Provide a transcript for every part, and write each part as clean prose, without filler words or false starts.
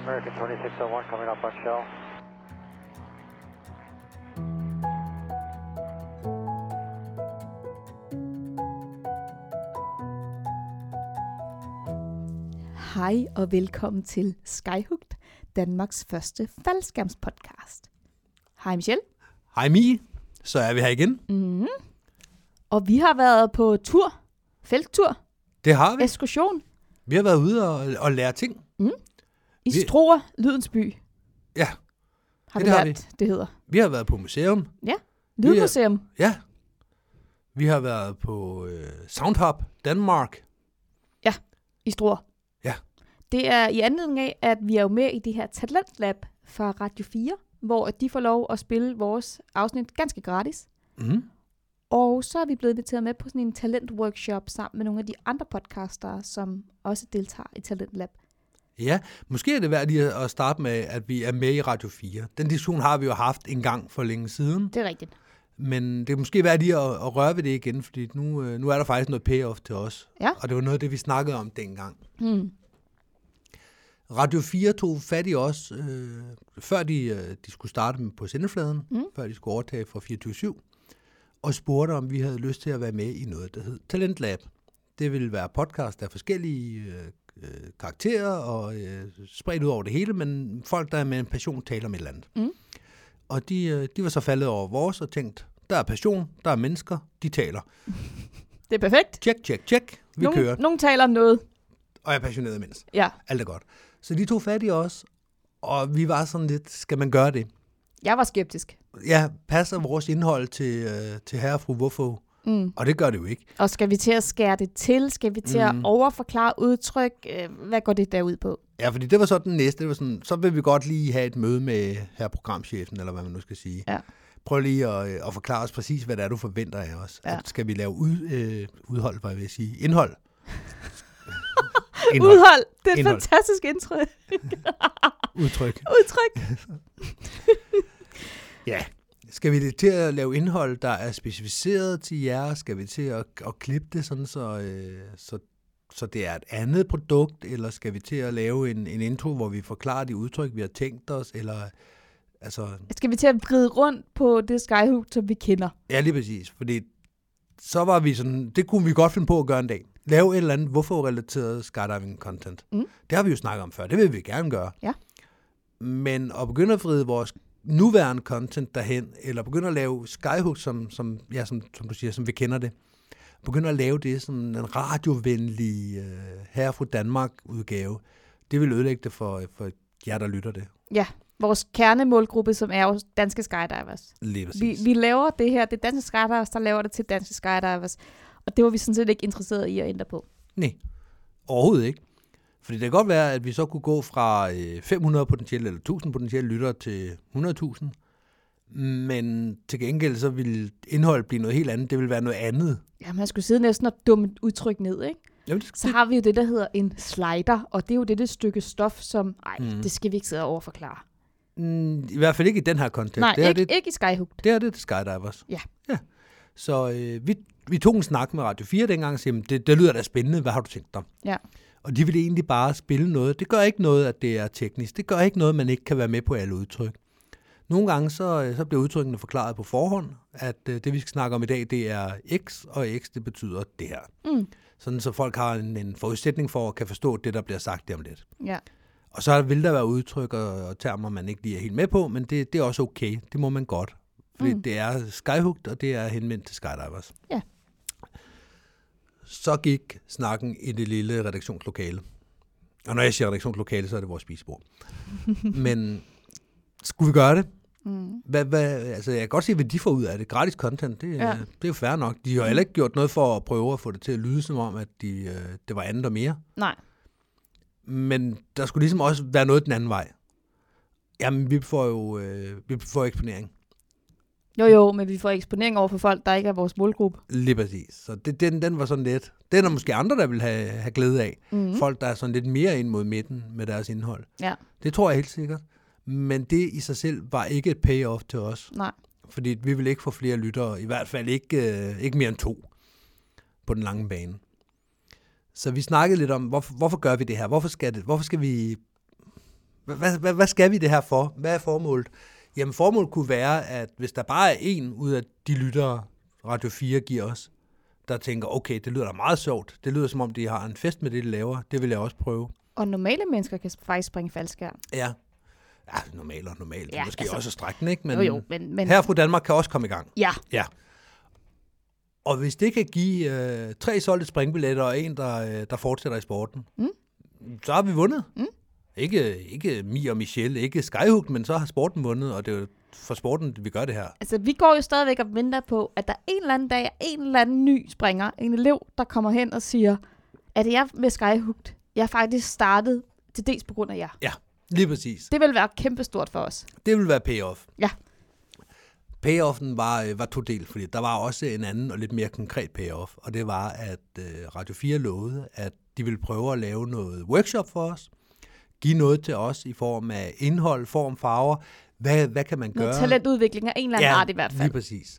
American 2601 coming up on shell. Hej og velkommen til Skyhooked, Danmarks første faldskærmspodcast. Hej Michelle. Hej Mie, så er vi her igen. Mm-hmm. Og vi har været på tur, felttur, Det har vi. ekskursion Vi har været ude og lære ting. i Struer, Lydens by. Ja, Har det vi har lært, det hedder. vi har været på museum. Ja, Lydmuseum. Ja, vi har været på Soundhub Danmark. I Struer. Ja. Det er i anledning af, at vi er jo med i det her Talentlab fra Radio 4, hvor de får lov at spille vores afsnit ganske gratis. Mm. Og så er vi blevet inviteret med på sådan en talentworkshop sammen med nogle af de andre podcastere, som også deltager i Talentlab. Ja, måske er det værd lige at starte med, at vi er med i Radio 4. Den diskussion har vi jo haft en gang for længe siden. Det er rigtigt. Men det er måske værd lige at røre ved det igen, fordi nu er der faktisk noget payoff til os. Ja. Og det var noget af det, vi snakkede om dengang. Mm. Radio 4 tog fat i os, før de skulle starte på sendefladen, før de skulle overtage fra 24/7, og spurgte, om vi havde lyst til at være med i noget, der hed Talentlab. Det ville være podcast af forskellige karakterer og spredt ud over det hele, men folk, der med en passion, taler om et eller andet. Mm. Og de var så faldet over vores og tænkt, der er passion, der er mennesker, de taler. Det er perfekt. Tjek, vi kører. Nogen taler om noget. Og jeg er passioneret mindst. Ja, Alt er godt. Så de tog fat i os, og vi var sådan lidt, skal man gøre det? jeg var skeptisk. Ja, passer vores indhold til herre og fru hvorfor? Mm. Og det gør det jo ikke. Og skal vi til at skære det til? Skal vi til at overforklare udtryk? Hvad går det derud på? Ja, fordi det var så den næste. Det var sådan, så vil vi godt lige have et møde med herre programchefen, eller hvad man nu skal sige. Ja. Prøv lige at forklare os præcis, hvad det er, du forventer af os. Ja. At skal vi lave udhold, hvad jeg vil sige? Indhold. Udhold. Det er et Indhold. fantastisk indtryk. Udtryk. Udtryk. Ja. Skal vi til at lave indhold, der er specificeret til jer? Skal vi til at klippe det sådan, så det er et andet produkt? Eller skal vi til at lave en intro, hvor vi forklarer de udtryk, vi har tænkt os? Eller, altså, Skal vi til at vride rundt på det Skyhook, som vi kender? ja, lige præcis. Fordi så var vi sådan, det kunne vi godt finde på at gøre en dag. Lave et eller andet hvorfor-relateret skydiving-content. Mm. Det har vi jo snakket om før. Det vil vi gerne gøre. Ja. Men at begynde at vride vores nuværende content derhen, eller begynde at lave Skyhook, som du siger, som vi kender det. Begynde at lave det som en radiovenlig herre fra Danmark-udgave. Det vil ødelægge det for jer, der lytter det. Ja, vores kernemålgruppe, som er jo danske skydivers. Lige præcis. Vi laver det her, det er danske skydivers, der laver det til danske skydivers. Og det var vi sådan set ikke interesseret i at ændre på. Nej, overhovedet ikke. Fordi det kan godt være, at vi så kunne gå fra 500 potentielle eller 1000 potentielle lyttere til 100.000. Men til gengæld så vil indholdet blive noget helt andet. Det vil være noget andet. Ja, man skulle sidde næsten og dumme et udtryk ned, ikke? Jamen, Så har vi jo det, der hedder en slider, og det er jo det stykke stof, som, det skal vi ikke sidde og overforklare. I hvert fald ikke i den her kontekst. Nej, det ikke i Skyhook. Det er det til skydivers. Ja. Så vi tog en snak med Radio 4 dengang og sagde, det lyder da spændende, hvad har du tænkt dig? Ja. Og de ville egentlig bare spille noget. Det gør ikke noget, at det er teknisk. Det gør ikke noget, at man ikke kan være med på alle udtryk. Nogle gange så bliver udtrykkene forklaret på forhånd, at det vi skal snakke om i dag, det er X, og X det betyder det her. Mm. Sådan så folk har en forudsætning for at kan forstå det, der bliver sagt der om lidt. Ja. Og så vil der være udtryk og termer, man ikke lige er helt med på, men det er også okay. Det må man godt. Fordi det er Skyhooked, og det er henvendt til skydivers. Ja. Så gik snakken i det lille redaktionslokale. Og når jeg siger redaktionslokale, så er det vores spisebord. Men skulle vi gøre det? Altså, jeg kan godt se, hvad de får ud af det. Gratis content, det er jo fair nok. De har heller ikke gjort noget for at prøve at få det til at lyde som om, at det var andet og mere. Nej. Men der skulle ligesom også være noget den anden vej. Jamen, vi får eksponering. Jo, men vi får eksponering over for folk, der ikke er vores målgruppe. Lige præcis. Så den var sådan lidt. Det er der måske andre, der vil have glæde af. Mm-hmm. Folk, der er sådan lidt mere ind mod midten med deres indhold. Ja. Det tror jeg helt sikkert. Men det i sig selv var ikke et payoff til os. Nej. Fordi vi vil ikke få flere lyttere. I hvert fald ikke mere end 2 på den lange bane. Så vi snakkede lidt om, hvorfor gør vi det her? Hvorfor skal vi Hvad skal vi det her for? Hvad er formålet? Jamen formålet kunne være, at hvis der bare er en ud af de lyttere, Radio 4 giver os, der tænker, okay, det lyder da meget sjovt. Det lyder som om, de har en fest med det, de laver. Det vil jeg også prøve. Og normale mennesker kan faktisk springe faldskærm. Ja, normalt. Det er måske altså, også strækken, ikke? Men, men her fra Danmark kan også komme i gang. Ja. Og hvis det kan give 3 solgte springbilletter og en, der fortsætter i sporten, så har vi vundet. Ikke Mi og Michelle, ikke Skyhook, men så har sporten vundet, og det er jo for sporten, vi gør det her. Altså, vi går jo stadigvæk og venter på, at der en eller anden dag er en eller anden ny springer, en elev, der kommer hen og siger, at jeg med Skyhooked, jeg er faktisk startet til dels på grund af jer. Ja, lige præcis. Det vil være kæmpestort for os. Det vil være payoff. Ja. Payoffen var 2 del, fordi der var også en anden og lidt mere konkret payoff, og det var, at Radio 4 lovede, at de ville prøve at lave noget workshop for os, give noget til os i form af indhold, form, farver. Hvad kan man gøre? Noget talentudvikling af en eller anden art i hvert fald. Lige præcis.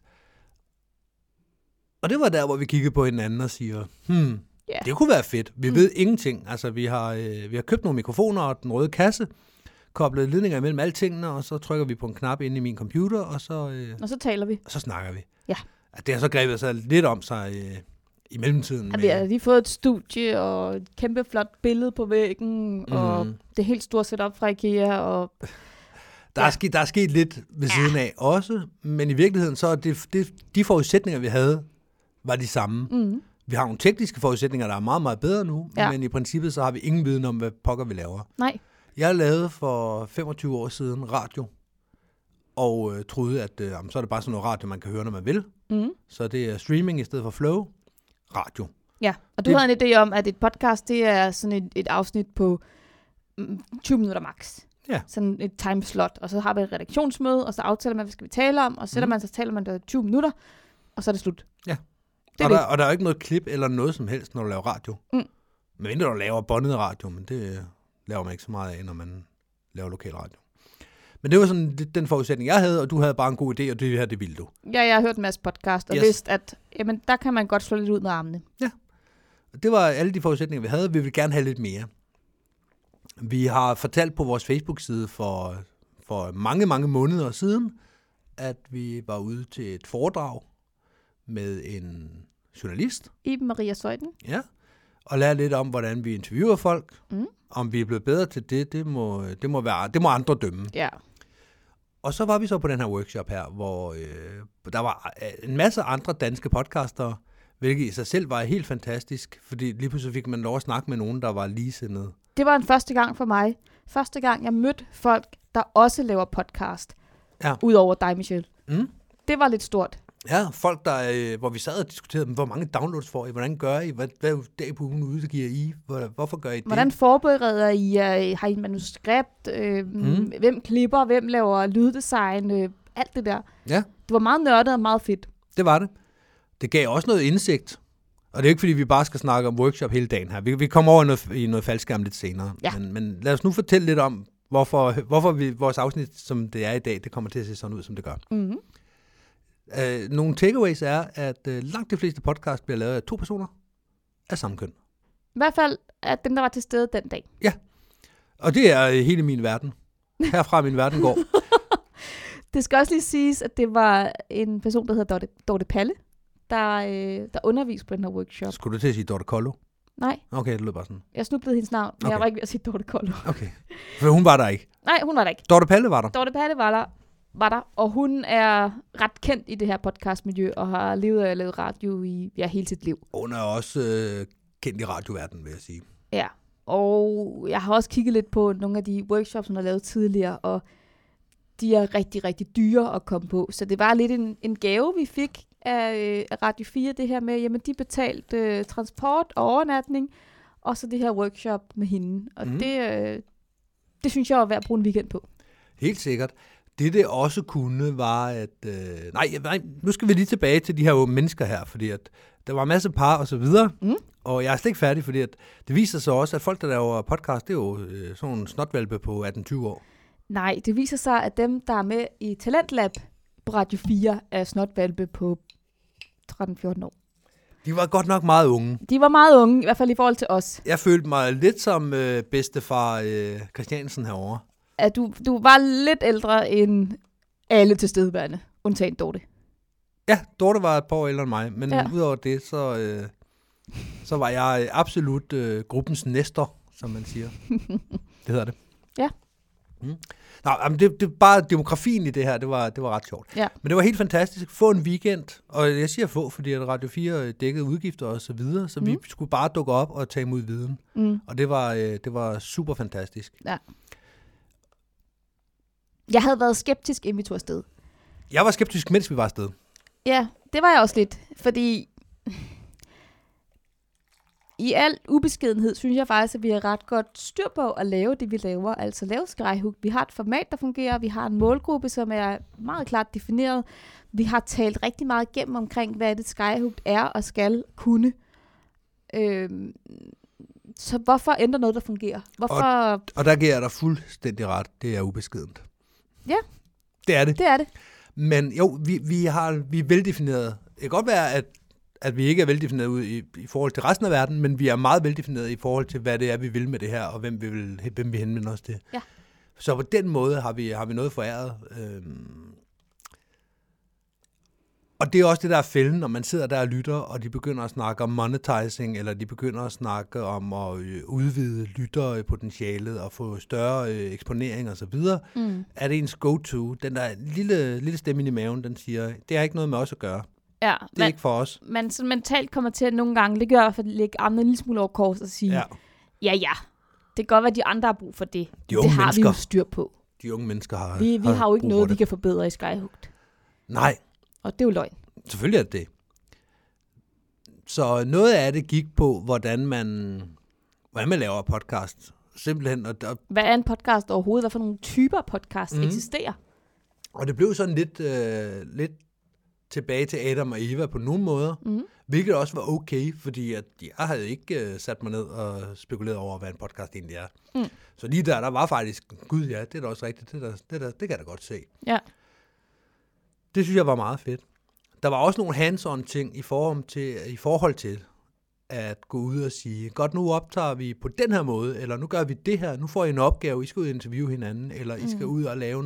Og det var der, hvor vi kiggede på hinanden og siger, det kunne være fedt. Vi ved ingenting. Altså, vi har købt nogle mikrofoner og den røde kasse, koblet ledninger imellem alle tingene, og så trykker vi på en knap inde i min computer, og så taler vi. Og så snakker vi. Ja. Det har så grebet sig lidt om sig i mellemtiden. Ja, vi har lige fået et studie, og et kæmpe flot billede på væggen, og det helt store setup fra IKEA, og... Der er sket lidt ved siden af også, men i virkeligheden så er de forudsætninger, vi havde, var de samme. Vi har nogle tekniske forudsætninger, der er meget, meget bedre nu, men i princippet så har vi ingen viden om, hvad pokker vi laver. Nej. Jeg lavede for 25 år siden radio, og troede, at så er det bare sådan noget radio, man kan høre, når man vil. Så det er streaming i stedet for flow. Radio. Ja, og du havde en idé om, at et podcast, det er sådan et afsnit på 20 minutter max. Ja. Sådan et timeslot, og så har vi et redaktionsmøde, og så aftaler man, hvad skal vi tale om, og sætter man, så taler man der 20 minutter, og så er det slut. Ja. Og der er jo ikke noget klip eller noget som helst, når du laver radio. Men mindre du laver båndet radio, men det laver man ikke så meget af, når man laver lokal radio. Men det var sådan den forudsætning, jeg havde, og du havde bare en god idé, og det her, det ville du. Ja, jeg har hørt en masse podcast, og vidste, at jamen, der kan man godt slå lidt ud med armene. Ja, det var alle de forudsætninger, vi havde. Vi vil gerne have lidt mere. Vi har fortalt på vores Facebook-side for mange, mange måneder siden, at vi var ude til et foredrag med en journalist. Iben Maria Søjden. Ja, og lære lidt om, hvordan vi interviewer folk. Om vi er blevet bedre til det må andre dømme. Ja. Og så var vi så på den her workshop her, hvor der var en masse andre danske podcastere, hvilket i sig selv var helt fantastisk, fordi lige pludselig fik man lov at snakke med nogen, der var ligesindede. Det var en første gang for mig. Første gang, jeg mødte folk, der også laver podcast, udover dig, Michelle. Det var lidt stort. Ja, folk, hvor vi sad og diskuterede, hvor mange downloads får I, hvordan gør I, hvad dag på ugen udgiver I, hvorfor gør I det? Hvordan forbereder I, har I manuskript, hvem klipper, hvem laver lyddesign, alt det der. Ja. Det var meget nørdet og meget fedt. Det var det. Det gav også noget indsigt, og det er ikke fordi, vi bare skal snakke om workshop hele dagen her. Vi kommer over i noget faldskærm lidt senere, men lad os nu fortælle lidt om, hvorfor vores afsnit, som det er i dag, det kommer til at se sådan ud, som det gør. Nogle takeaways er, at langt de fleste podcast bliver lavet af 2 personer af samme køn. I hvert fald af dem, der var til stede den dag. Ja, og det er hele min verden. Herfra min verden går. Det skal også lige siges, at det var en person, der hedder Dorte Palle, der underviste på den her workshop. Skulle du til at sige Dorte Kollo? Nej. Okay, det lød bare sådan. Jeg snublede hendes navn, men jeg var ikke ved at sige Dorte Kollo. Okay, for hun var der ikke? Nej, hun var der ikke. Dorte Palle var der? Dorte Palle var der, og hun er ret kendt i det her podcastmiljø, og har levet af at lave radio i hele sit liv. Hun er også kendt i radioverdenen, vil jeg sige. Ja, og jeg har også kigget lidt på nogle af de workshops, hun har lavet tidligere, og de er rigtig, rigtig dyre at komme på. Så det var lidt en gave, vi fik af Radio 4, det her med, jamen de betalte transport og overnatning, og så det her workshop med hende. Og det synes jeg var værd at bruge en weekend på. Helt sikkert. Det også kunne, var, at... Nej, nu skal vi lige tilbage til de her mennesker her, fordi at der var en masse par og så videre, og jeg er slet ikke færdig, fordi at det viser sig også, at folk, der laver podcast, det er jo sådan en snotvalpe på 18-20 år. Nej, det viser sig, at dem, der er med i Talentlab på Radio 4, er snotvalpe på 13-14 år. De var godt nok meget unge. De var meget unge, i hvert fald i forhold til os. Jeg følte mig lidt som bedstefar Christiansen herovre. at du var lidt ældre end alle tilstedeværende, undtagen Dorte. Ja, Dorte var et par år ældre end mig, men udover det, så var jeg absolut gruppens næster, som man siger. Det hedder det. Ja. Nå, men det bare demografien i det her, det var ret sjovt. Ja. Men det var helt fantastisk. Få en weekend, og jeg siger få, fordi at Radio 4 dækkede udgifter og så videre, så vi skulle bare dukke op og tage imod viden. Og det var super fantastisk. Ja. Jeg havde været skeptisk, inden vi tog afsted. Jeg var skeptisk, mens vi var afsted. Ja, det var jeg også lidt, fordi i al ubeskedenhed synes jeg faktisk, at vi har ret godt styr på at lave det, vi laver. Altså lave Skyhook. Vi har et format, der fungerer. Vi har en målgruppe, som er meget klart defineret. Vi har talt rigtig meget igennem omkring, hvad det Skyhook er og skal kunne. Så hvorfor ændre noget, der fungerer? Hvorfor? Og der giver jeg dig fuldstændig ret. Det er ubeskedent. Ja. Det er det. Det er det. Men jo, vi er veldefineret. Det kan godt være, at vi ikke er veldefineret ud i forhold til resten af verden, men vi er meget veldefineret i forhold til, hvad det er, vi vil med det her, og hvem vi henvender os til. Ja. Så på den måde har vi noget foræret. Og det er også det, der er fælden, når man sidder der og lytter, og de begynder at snakke om monetizing, eller de begynder at snakke om at udvide lytterpotentialet og få større eksponering osv. Er det ens go-to? Den der lille stemme i maven, den siger, det har ikke noget med os at gøre. Ja, det er ikke for os. Man sådan mentalt kommer til at nogle gange, det gør i hvert fald lægge armene en lille smule over kors og sige, ja, det kan godt være, at de andre har brug for det. Det har vi jo styr på. De unge mennesker har Vi har jo ikke noget, vi kan forbedre i Skyhook. Nej. Og det er jo løgn. Selvfølgelig er det. Så noget af det gik på, hvordan man laver podcast. Simpelthen. Hvad er en podcast overhovedet? Hvad for nogle typer podcast eksisterer? Og det blev sådan lidt tilbage til Adam og Eva på nogle måder, hvilket også var okay, fordi at jeg havde ikke sat mig ned og spekuleret over, hvad en podcast egentlig er. Så lige der var faktisk, gud ja, det er da også rigtigt, det kan jeg da godt se. Ja. Det synes jeg var meget fedt. Der var også nogle hands-on ting i forhold til at gå ud og sige, godt, nu optager vi på den her måde, eller nu gør vi det her, nu får I en opgave, I skal ud og interviewe hinanden, eller I skal ud og lave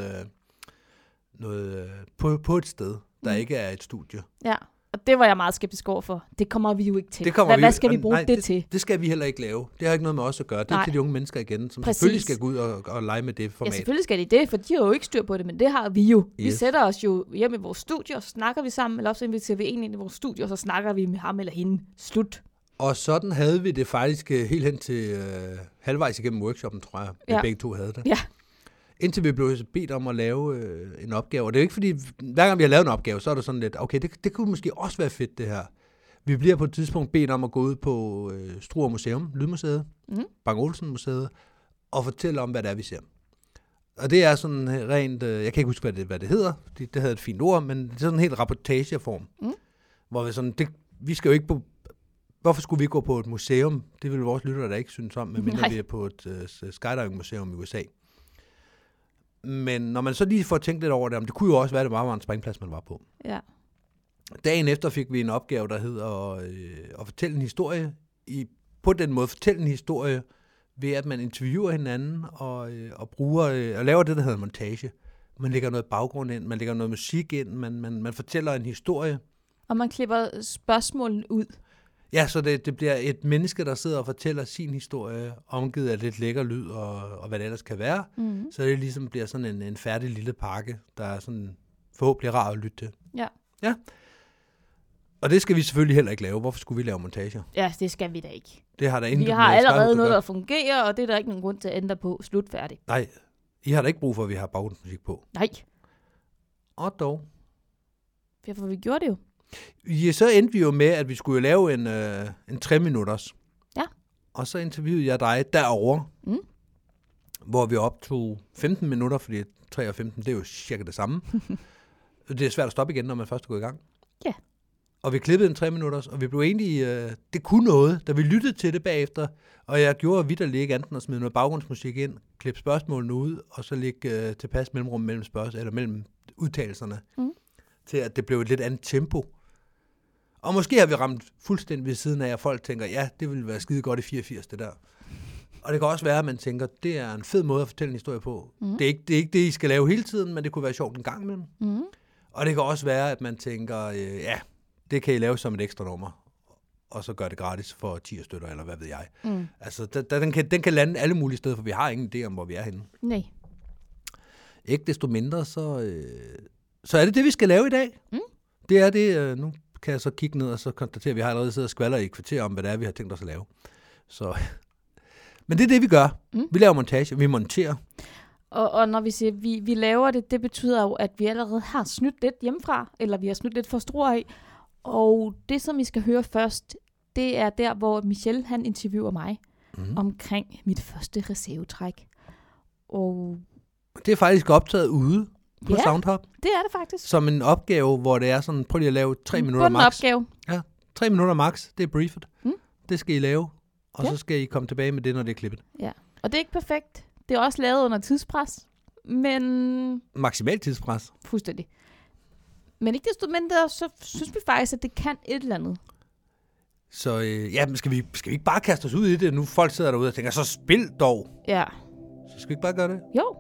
noget på et sted, der ikke er et studie. Ja, og det var jeg meget skeptisk overfor. Det kommer vi jo ikke til. Hvad skal vi bruge det til? Det skal vi heller ikke lave. Det har ikke noget med os at gøre. Det er til de unge mennesker igen, som selvfølgelig skal gå ud og lege med det format. Ja, selvfølgelig skal de det, for de har jo ikke styr på det, men det har vi jo. Yes. Vi sætter os jo hjem i vores studie, og så snakker vi sammen, eller også inviterer vi en ind i vores studie, og så snakker vi med ham eller hende. Slut. Og sådan havde vi det faktisk helt hen til halvvejs igennem workshoppen, tror jeg. Vi begge to havde det. Ja. Indtil vi blev bedt om at lave en opgave. Og det er ikke fordi, hver gang vi har lavet en opgave, så er det sådan lidt, okay, det kunne måske også være fedt, det her. Vi bliver på et tidspunkt bedt om at gå ud på Struer Museum, Lydmuseet, Bang Olsen Museet, og fortælle om, hvad det er, vi ser. Og det er sådan rent, jeg kan ikke huske, hvad det hedder, det havde et fint ord, men det er sådan en helt rapportageform, hvor vi sådan, vi skal jo ikke på, hvorfor skulle vi gå på et museum? Det ville vores lyttere da ikke synes om, medmindre vi er på et skydiving-museum i USA. Men når man så lige får tænkt lidt over det, det kunne jo også være, at det bare var en springplads, man var på. Ja. Dagen efter fik vi en opgave, der hed at fortælle en historie. På den måde fortælle en historie, ved at man interviewer hinanden og bruger og laver det, der hedder montage. Man lægger noget baggrund ind, man lægger noget musik ind, man fortæller en historie. Og man klipper spørgsmålene ud. Ja, så det bliver et menneske, der sidder og fortæller sin historie, omgivet af lidt lækker lyd og hvad det ellers kan være. Så det ligesom bliver sådan en færdig lille pakke, der er sådan forhåbentlig rar at lytte til. Ja. Og det skal vi selvfølgelig heller ikke lave. Hvorfor skulle vi lave montager? Ja, det skal vi da ikke. Det har der vi har allerede noget, der fungerer, og det er der ikke nogen grund til at ændre på. Slut, færdig. Nej, I har da ikke brug for, at vi har baggrundsmusik på. Nej. Og dog. Derfor vi gjorde det jo. Ja, så endte vi jo med, at vi skulle lave en 3 minutters. Ja. Og så interviewede jeg dig derovre, hvor vi optog 15 minutter, fordi 3 og 15, det er jo cirka det samme. Det er svært at stoppe igen, når man først er gået i gang. Ja. Og vi klippede en 3 minutters, og vi blev egentlig, det kunne noget, da vi lyttede til det bagefter. Og jeg gjorde vitterligt ikke andet at smide noget baggrundsmusik ind, klippe spørgsmålene ud, og så lægge tilpas mellemrum mellem udtalelserne, til at det blev et lidt andet tempo. Og måske har vi ramt fuldstændig ved siden af, at folk tænker, ja, det ville være skide godt i 84, det der. Og det kan også være, at man tænker, det er en fed måde at fortælle en historie på. Det er ikke det, I skal lave hele tiden, men det kunne være sjovt en gang imellem. Og det kan også være, at man tænker, ja, det kan I lave som et ekstra nummer, og så gør det gratis for 10 støtter, eller hvad ved jeg. Altså, den kan lande alle mulige steder, for vi har ingen idé om, hvor vi er henne. Nej. Ikke desto mindre, så er det, vi skal lave i dag. Det er det, nu kan jeg så kigge ned og så konstatere, at vi har allerede siddet og skvalder i et kvarter om, hvad det er, vi har tænkt os at lave. Så. Men det er det, vi gør. Vi laver montage, vi monterer. Og når vi siger, at vi laver det, det betyder jo, at vi allerede har snydt lidt hjemmefra, eller vi har snydt lidt for store af. Og det, som vi skal høre først, det er der, hvor Michel han interviewer mig omkring mit første reservetræk. Og det er faktisk optaget ude på Soundhop. Det er det faktisk. Som en opgave, hvor det er sådan, prøv lige at lave 3 minutter max. Opgave. Ja, 3 minutter max, det er briefet. Det skal I lave, og så skal I komme tilbage med det, når det er klippet. Ja, og det er ikke perfekt. Det er også lavet under tidspres, men... Maksimalt tidspres. Fuldstændig. Men ikke desto mindre, så synes vi faktisk, at det kan et eller andet. Så men skal vi ikke bare kaste os ud i det? Nu folk sidder derude og tænker, så spil dog. Ja. Så skal vi ikke bare gøre det? Jo.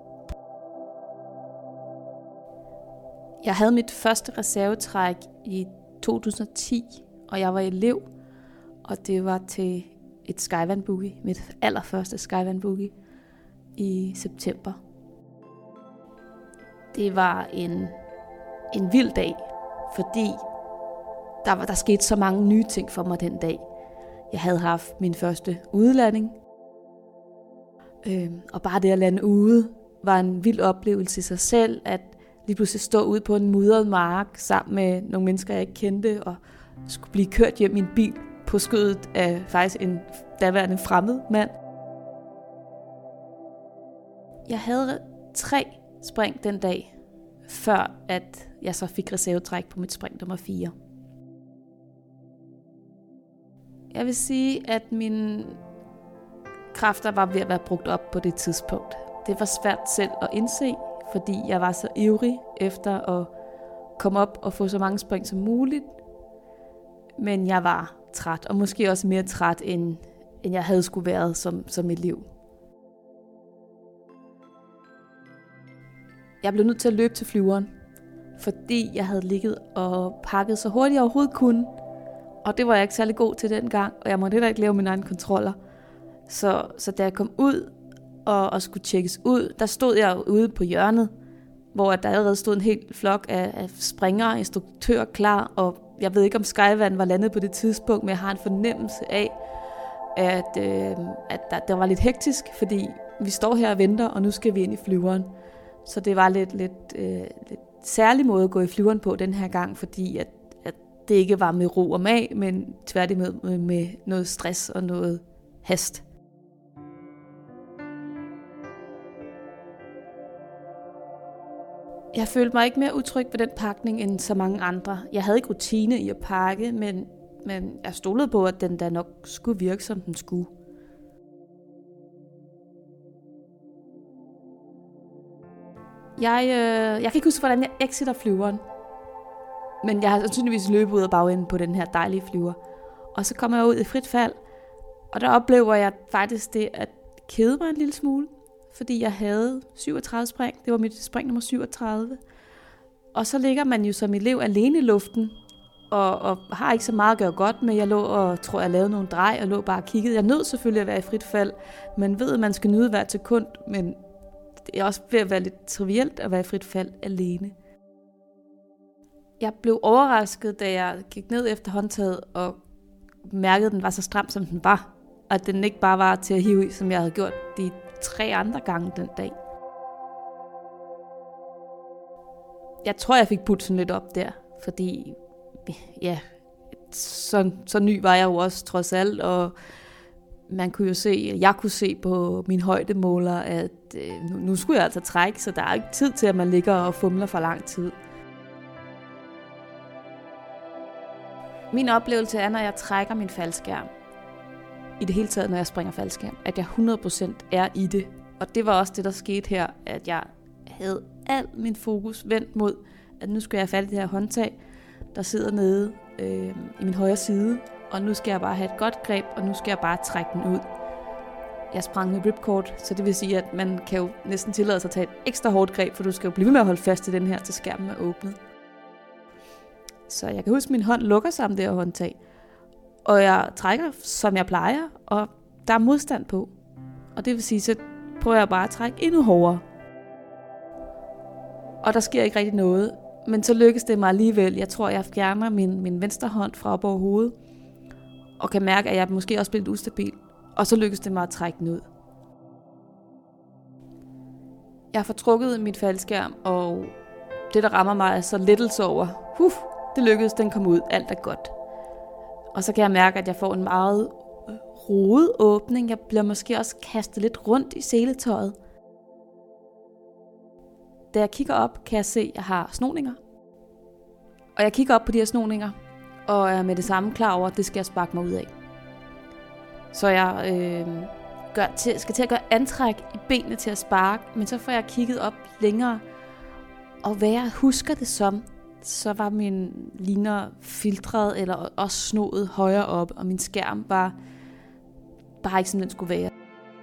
Jeg havde mit første reservetræk i 2010, og jeg var elev, og det var til et Skyvand Boogie, mit allerførste Skyvand Boogie i september. Det var en vild dag, fordi der skete så mange nye ting for mig den dag. Jeg havde haft min første udlanding, og bare det at lande ude var en vild oplevelse i sig selv, at lige pludselig stå ude på en mudret mark sammen med nogle mennesker, jeg ikke kendte, og skulle blive kørt hjem i en bil på skødet af faktisk en daværende fremmed mand. Jeg havde 3 spring den dag, før at jeg så fik reservetræk på mit spring nummer 4. Jeg vil sige, at mine kræfter var ved at være brugt op på det tidspunkt. Det var svært selv at indse, fordi jeg var så ivrig efter at komme op og få så mange spring som muligt. Men jeg var træt, og måske også mere træt, end jeg havde skulle været som elev. Jeg blev nødt til at løbe til flyveren, fordi jeg havde ligget og pakket så hurtigt jeg overhovedet kunne. Og det var jeg ikke særlig god til dengang, og jeg måtte heller ikke lave mine egne kontroller. Så da jeg kom ud og skulle tjekkes ud, der stod jeg ude på hjørnet, hvor der allerede stod en hel flok af springere og instruktører klar, og jeg ved ikke, om Skyvand var landet på det tidspunkt, men jeg har en fornemmelse af, at der var lidt hektisk, fordi vi står her og venter, og nu skal vi ind i flyveren. Så det var lidt særlig måde at gå i flyveren på den her gang, fordi at det ikke var med ro og mag, men tværtimod med noget stress og noget hast. Jeg følte mig ikke mere utryg ved den pakning end så mange andre. Jeg havde ikke rutine i at pakke, men jeg stolede på, at den der nok skulle virke, som den skulle. Jeg kan ikke huske, hvordan jeg exiter flyveren. Men jeg har sandsynligvis løbet ud af bagenden på den her dejlige flyver. Og så kommer jeg ud i frit fald, og der oplever jeg faktisk det at kede mig en lille smule. Fordi jeg havde 37 spring. Det var mit spring nummer 37. Og så ligger man jo som elev alene i luften, og har ikke så meget at gøre godt med. Jeg lå og tror, jeg lavede nogle drej, og lå bare og kiggede. Jeg nød selvfølgelig at være i frit fald. Man ved, at man skal nyde hvert sekund, men det er også ved at være lidt trivielt at være i frit fald alene. Jeg blev overrasket, da jeg gik ned efter håndtaget og mærkede, at den var så stram, som den var. Og at den ikke bare var til at hive i, som jeg havde gjort de 3 andre gange den dag. Jeg tror, jeg fik pulsen lidt op der, fordi ja, så ny var jeg jo også trods alt, og jeg kunne se på min højdemåler, at nu skulle jeg altså trække, så der er ikke tid til, at man ligger og fumler for lang tid. Min oplevelse er, når jeg trækker min faldskærm, i det hele taget, når jeg springer faldskærm, at jeg 100% er i det. Og det var også det, der skete her, at jeg havde al min fokus vendt mod, at nu skal jeg have fat i det her håndtag, der sidder nede i min højre side, og nu skal jeg bare have et godt greb, og nu skal jeg bare trække den ud. jeg sprang med ripcord, så det vil sige, at man kan jo næsten tillade sig at tage et ekstra hårdt greb, for du skal jo blive ved med at holde fast i den her, til skærmen er åbnet. Så jeg kan huske, at min hånd lukker sammen det her håndtag, og jeg trækker, som jeg plejer, og der er modstand på. Og det vil sige, så prøver jeg bare at trække endnu hårdere. Og der sker ikke rigtig noget, men så lykkes det mig alligevel. Jeg tror, jeg fjerner min venstre hånd fra op over hovedet, og kan mærke, at jeg måske også bliver lidt ustabil. Og så lykkes det mig at trække den ud. Jeg får trukket mit faldskærm, og det, der rammer mig, er så lettelse over. Det lykkedes, den kom ud, alt er godt. Og så kan jeg mærke, at jeg får en meget rodet åbning. Jeg bliver måske også kastet lidt rundt i seletøjet. Da jeg kigger op, kan jeg se, at jeg har snoninger. Og jeg kigger op på de her snoninger, og er med det samme klar over, at det skal jeg sparke mig ud af. Så jeg skal til at gøre antræk i benene til at sparke, men så får jeg kigget op længere. Og hvad jeg husker det som, så var min liner filtret eller også snoet højere op, og min skærm var bare ikke som den skulle være.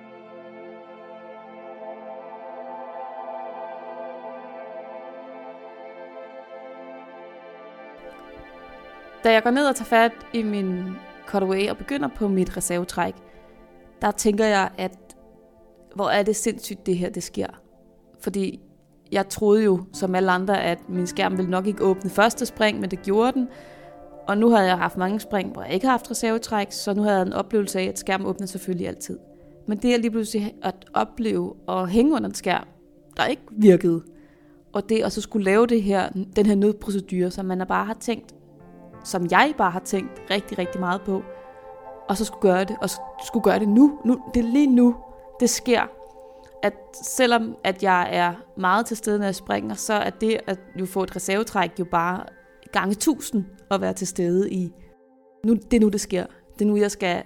Da jeg går ned og tager fat i min cutaway og begynder på mit reservetræk, der tænker jeg, at hvor er det sindssygt det her, det sker. Fordi jeg troede jo, som alle andre, at min skærm ville nok ikke åbne første spring, men det gjorde den. Og nu havde jeg haft mange spring, hvor jeg ikke har haft reservetræk, så nu havde jeg en oplevelse af, at skærmen åbner selvfølgelig altid. Men det er lige pludselig at opleve og hænge under en skærm, der ikke virkede. Og det at så skulle lave den her nødprocedure, som man bare har tænkt, som jeg bare har tænkt rigtig, rigtig meget på, og så skulle gøre det, og skulle gøre det nu. Det er lige nu, det sker. At selvom at jeg er meget til stede, når jeg springer, så er det at jo få et reservetræk jo bare gange 1000 at være til stede i. Det er nu, det sker. Det er nu, jeg skal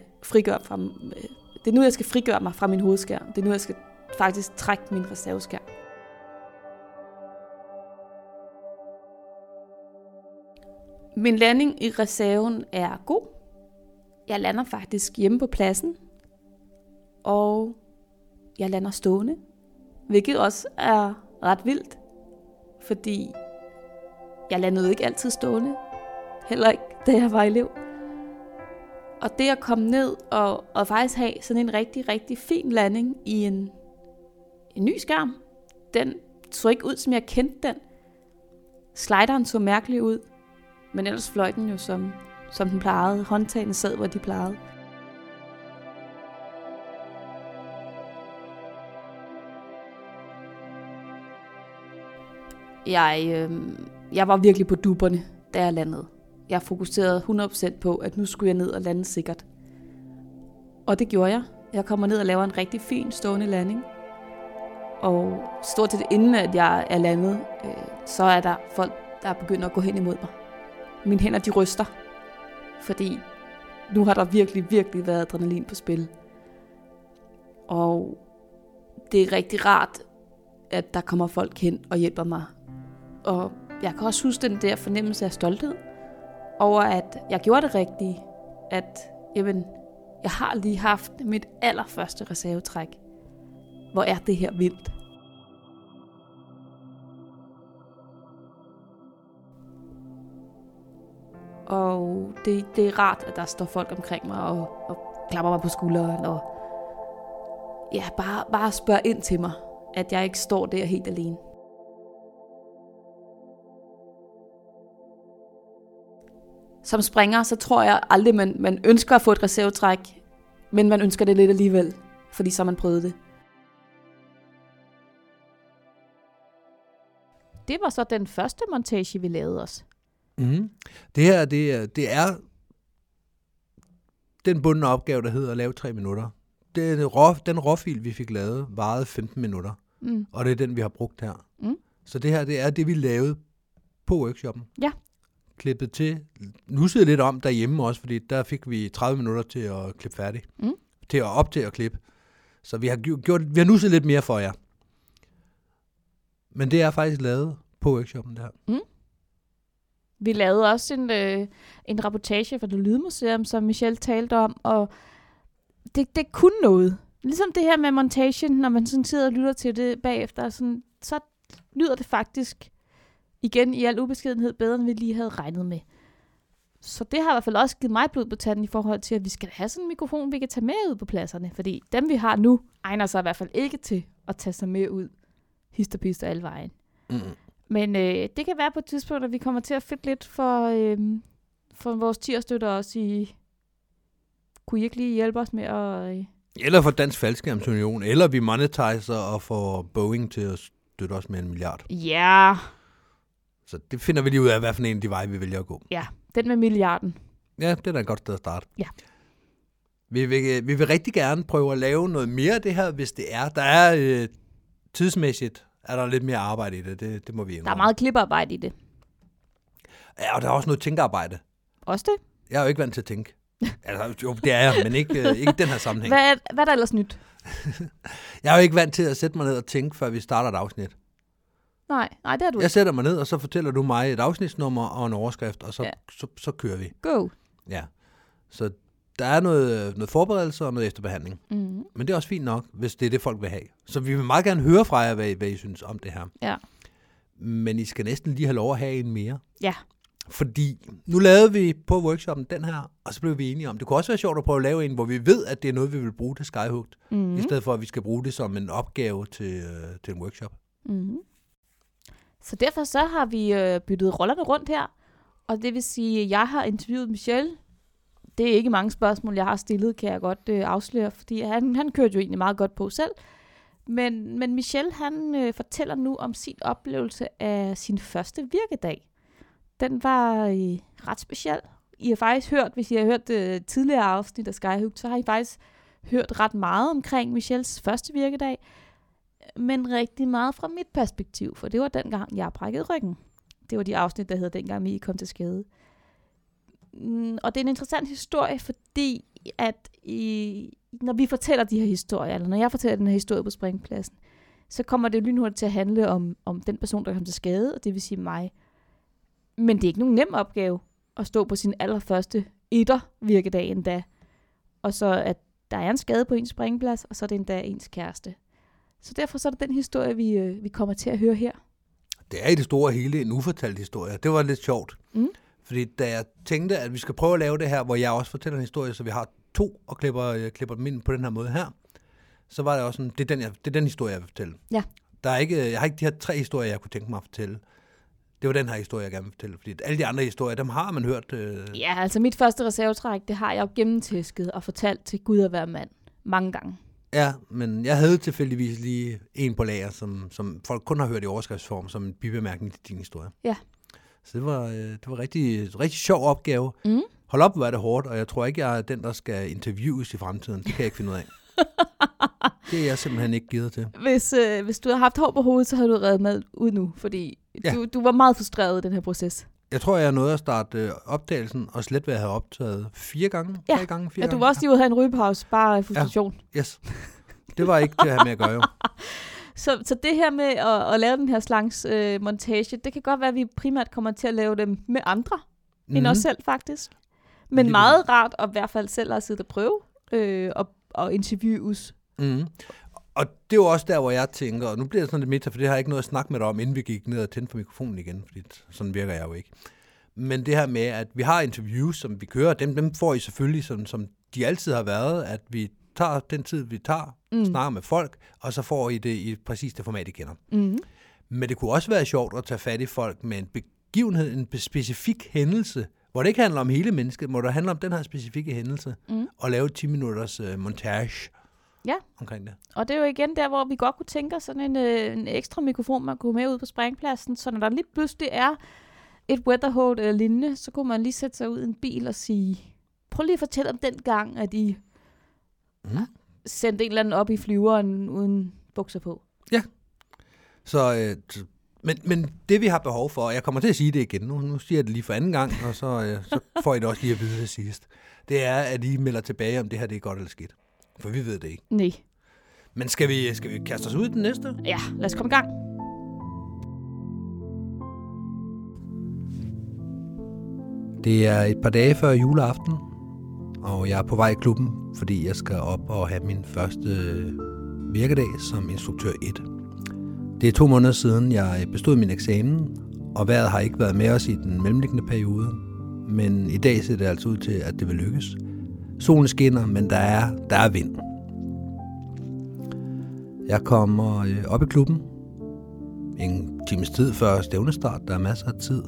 frigøre mig fra min hovedskærm. Det er nu, jeg skal faktisk trække min reserveskærm. Min landing i reserven er god. Jeg lander faktisk hjemme på pladsen, og jeg lander stående, hvilket også er ret vildt, fordi jeg landede ikke altid stående, heller ikke da jeg var elev. Og det at komme ned og faktisk have sådan en rigtig, rigtig fin landing i en ny skærm, den så ikke ud, som jeg kendte den. Slideren så mærkelig ud, men ellers fløj den jo som den plejede. Håndtagene sad, hvor de plejede. Jeg var virkelig på dupperne, da jeg landede. Jeg fokuserede 100% på, at nu skulle jeg ned og lande sikkert. Og det gjorde jeg. Jeg kommer ned og laver en rigtig fin stående landing. Og stort set inden at jeg er landet, så er der folk, der begynder at gå hen imod mig. Mine hænder, de ryster. Fordi nu har der virkelig, virkelig været adrenalin på spil. Og det er rigtig rart, at der kommer folk hen og hjælper mig. Og jeg kan også huske den der fornemmelse af stolthed over, at jeg gjorde det rigtige. At jeg har lige haft mit allerførste reservetræk. Hvor er det her vildt. Og det er rart, at der står folk omkring mig og klapper mig på skulderen. Og ja, bare spørger ind til mig, at jeg ikke står der helt alene. Som springer, så tror jeg aldrig, man ønsker at få et reservetræk, men man ønsker det lidt alligevel, fordi så har man prøvet det. Det var så den første montage, vi lavede os. Mm. Det her, det er den bundne opgave, der hedder at lave 3 minutter. Den råfil, vi fik lavet, varede 15 minutter. Mm. Og det er den, vi har brugt her. Mm. Så det her, det er det, vi lavede på workshoppen. Ja. Klippet til. Nu sidder lidt om derhjemme også, fordi der fik vi 30 minutter til at klippe færdig. Mm. Til at klippe. Så vi har nusset lidt mere for jer. Men det er faktisk lavet på workshoppen der. Mm. Vi lavede også en reportage fra det Lydmuseum, som Michelle talte om, og det kunne noget. Ligesom det her med montation, når man sådan sidder og lytter til det bagefter, sådan, så lyder det faktisk igen i al ubeskedenhed bedre, end vi lige havde regnet med. Så det har i hvert fald også givet mig blod på tanden i forhold til, at vi skal have sådan en mikrofon, vi kan tage med ud på pladserne. Fordi dem, vi har nu, egner sig i hvert fald ikke til at tage sig med ud hist og pist og alle vejen. Men det kan være på et tidspunkt, at vi kommer til at fedte lidt for vores tierstøtter også i... Kunne I ikke lige hjælpe os med at... Eller for Dansk Faldskærmsunion, eller vi monetiser og får Boeing til at støtte os med 1 milliard. Ja. Så det finder vi lige ud af, hvad for en af de veje, vi vælger at gå. Ja, den med milliarden. Ja, det er da et godt sted at starte. Ja. Vi vil rigtig gerne prøve at lave noget mere af det her, hvis det er. Der er tidsmæssigt, er der lidt mere arbejde i det. Det må vi indrømme. Der er meget klippearbejde i det. Ja, og der er også noget tænkearbejde. Også det? Jeg er jo ikke vant til at tænke. Altså, jo, det er jeg, men ikke i den her sammenhæng. Hvad er der ellers nyt? Jeg er jo ikke vant til at sætte mig ned og tænke, før vi starter et afsnit. Nej, det er du ikke. Jeg sætter mig ned, og så fortæller du mig et afsnitsnummer og en overskrift, og så kører vi. Go. Ja. Så der er noget forberedelse og noget efterbehandling. Mm-hmm. Men det er også fint nok, hvis det er det, folk vil have. Så vi vil meget gerne høre fra jer, hvad I synes om det her. Ja. Men I skal næsten lige have lov at have en mere. Ja. Fordi nu lavede vi på workshoppen den her, og så blev vi enige om, det kunne også være sjovt at prøve at lave en, hvor vi ved, at det er noget, vi vil bruge til Skyhooked, i stedet for, at vi skal bruge det som en opgave til en workshop. Mm-hmm. Så derfor så har vi byttet rollerne rundt her, og det vil sige, at jeg har interviewet Michelle. Det er ikke mange spørgsmål, jeg har stillet, kan jeg godt afsløre, fordi han kørte jo egentlig meget godt på selv. Men Michelle, han fortæller nu om sin oplevelse af sin første virkedag. Den var ret speciel. I har faktisk hørt, hvis I har hørt tidligere afsnit af Skyhooked, så har I faktisk hørt ret meget omkring Michelles første virkedag, men rigtig meget fra mit perspektiv, for det var dengang, jeg brækkede ryggen. Det var de afsnit, der hedder dengang, Mie kom til skade. Og det er en interessant historie, fordi at når vi fortæller de her historier, eller når jeg fortæller den her historie på springpladsen, så kommer det lynhurtigt til at handle om den person, der kom til skade, og det vil sige mig. Men det er ikke nogen nem opgave at stå på sin allerførste virkedag endda. Og så at der er en skade på ens springplads, og så er det endda ens kæreste. Så derfor så er det den historie, vi kommer til at høre her. Det er i det store hele en ufortalt historie. Det var lidt sjovt. Fordi da jeg tænkte, at vi skal prøve at lave det her, hvor jeg også fortæller en historie, så vi har 2 og klipper dem ind på den her måde her, så var det også sådan, det er den historie, jeg vil fortælle. Ja. Jeg har ikke de her 3 historier, jeg kunne tænke mig at fortælle. Det var den her historie, jeg gerne vil fortælle. Fordi alle de andre historier, dem har man hørt. Ja, altså mit første reservetræk, det har jeg jo gennemtæsket og fortalt til Gud at være mand mange gange. Ja, men jeg havde tilfældigvis lige en på lager, som folk kun har hørt i overskriftsform, som en bibemærkning til din historie. Ja. Så det var rigtig sjov opgave. Hold op, hvor er det hårdt, og jeg tror ikke, jeg er den, der skal interviews i fremtiden. Det kan jeg ikke finde ud af. Det er jeg simpelthen ikke givet til. Hvis du havde haft hår på hovedet, så havde du reddet med ud nu, fordi du var meget frustreret i den her proces. Jeg tror, jeg nåede at starte opdagelsen, og slet hvad jeg havde optaget 4 gange. 3 gange, 4 gange. Du var også lige ude at have en rygepause, bare af frustration. Ja. Yes. Det var ikke det at have med at gøre, jo. Så det her med at lave den her slags montage, det kan godt være, at vi primært kommer til at lave dem med andre, end os selv faktisk. Men lige meget rart at i hvert fald selv at sidde og prøve og interviews. Og det er jo også der, hvor jeg tænker, og nu bliver det sådan lidt meta, for det har jeg ikke noget at snakke med dig om, inden vi gik ned og tændte for mikrofonen igen, fordi sådan virker jeg jo ikke. Men det her med, at vi har interviews, som vi kører, dem får I selvfølgelig, som de altid har været, at vi tager den tid, vi tager, snakker med folk, og så får I det i præcis det format, I kender. Men det kunne også være sjovt at tage fat i folk med en begivenhed, en specifik hændelse, hvor det ikke handler om hele mennesket, hvor det handler om den her specifikke hændelse, og lave 10 minutters montage omkring det. Og det er jo igen der, hvor vi godt kunne tænke os sådan en ekstra mikrofon, man kunne med ud på springpladsen, så når der lige pludselig er et weatherhold eller lignende, så kunne man lige sætte sig ud i en bil og sige, prøv lige at fortælle om den gang, at I sendte en eller anden op i flyveren uden bukser på. Ja. Så, men det vi har behov for, og jeg kommer til at sige det igen, nu siger jeg det lige for anden gang, og så får I det også lige at vide til sidst, det er, at I melder tilbage, om det her det er godt eller skidt. For vi ved det ikke. Nej. Men skal vi kaste os ud i den næste? Ja, lad os komme i gang. Det er et par dage før juleaften, og jeg er på vej i klubben, fordi jeg skal op og have min første virkedag som instruktør 1. Det er 2 måneder siden, jeg bestod min eksamen, og vejret har ikke været med os i den mellemliggende periode, men i dag ser det altså ud til, at det vil lykkes. Solen skinner, men der er vind. Jeg kommer op i klubben en times tid før stævnestart. Der er masser af tid.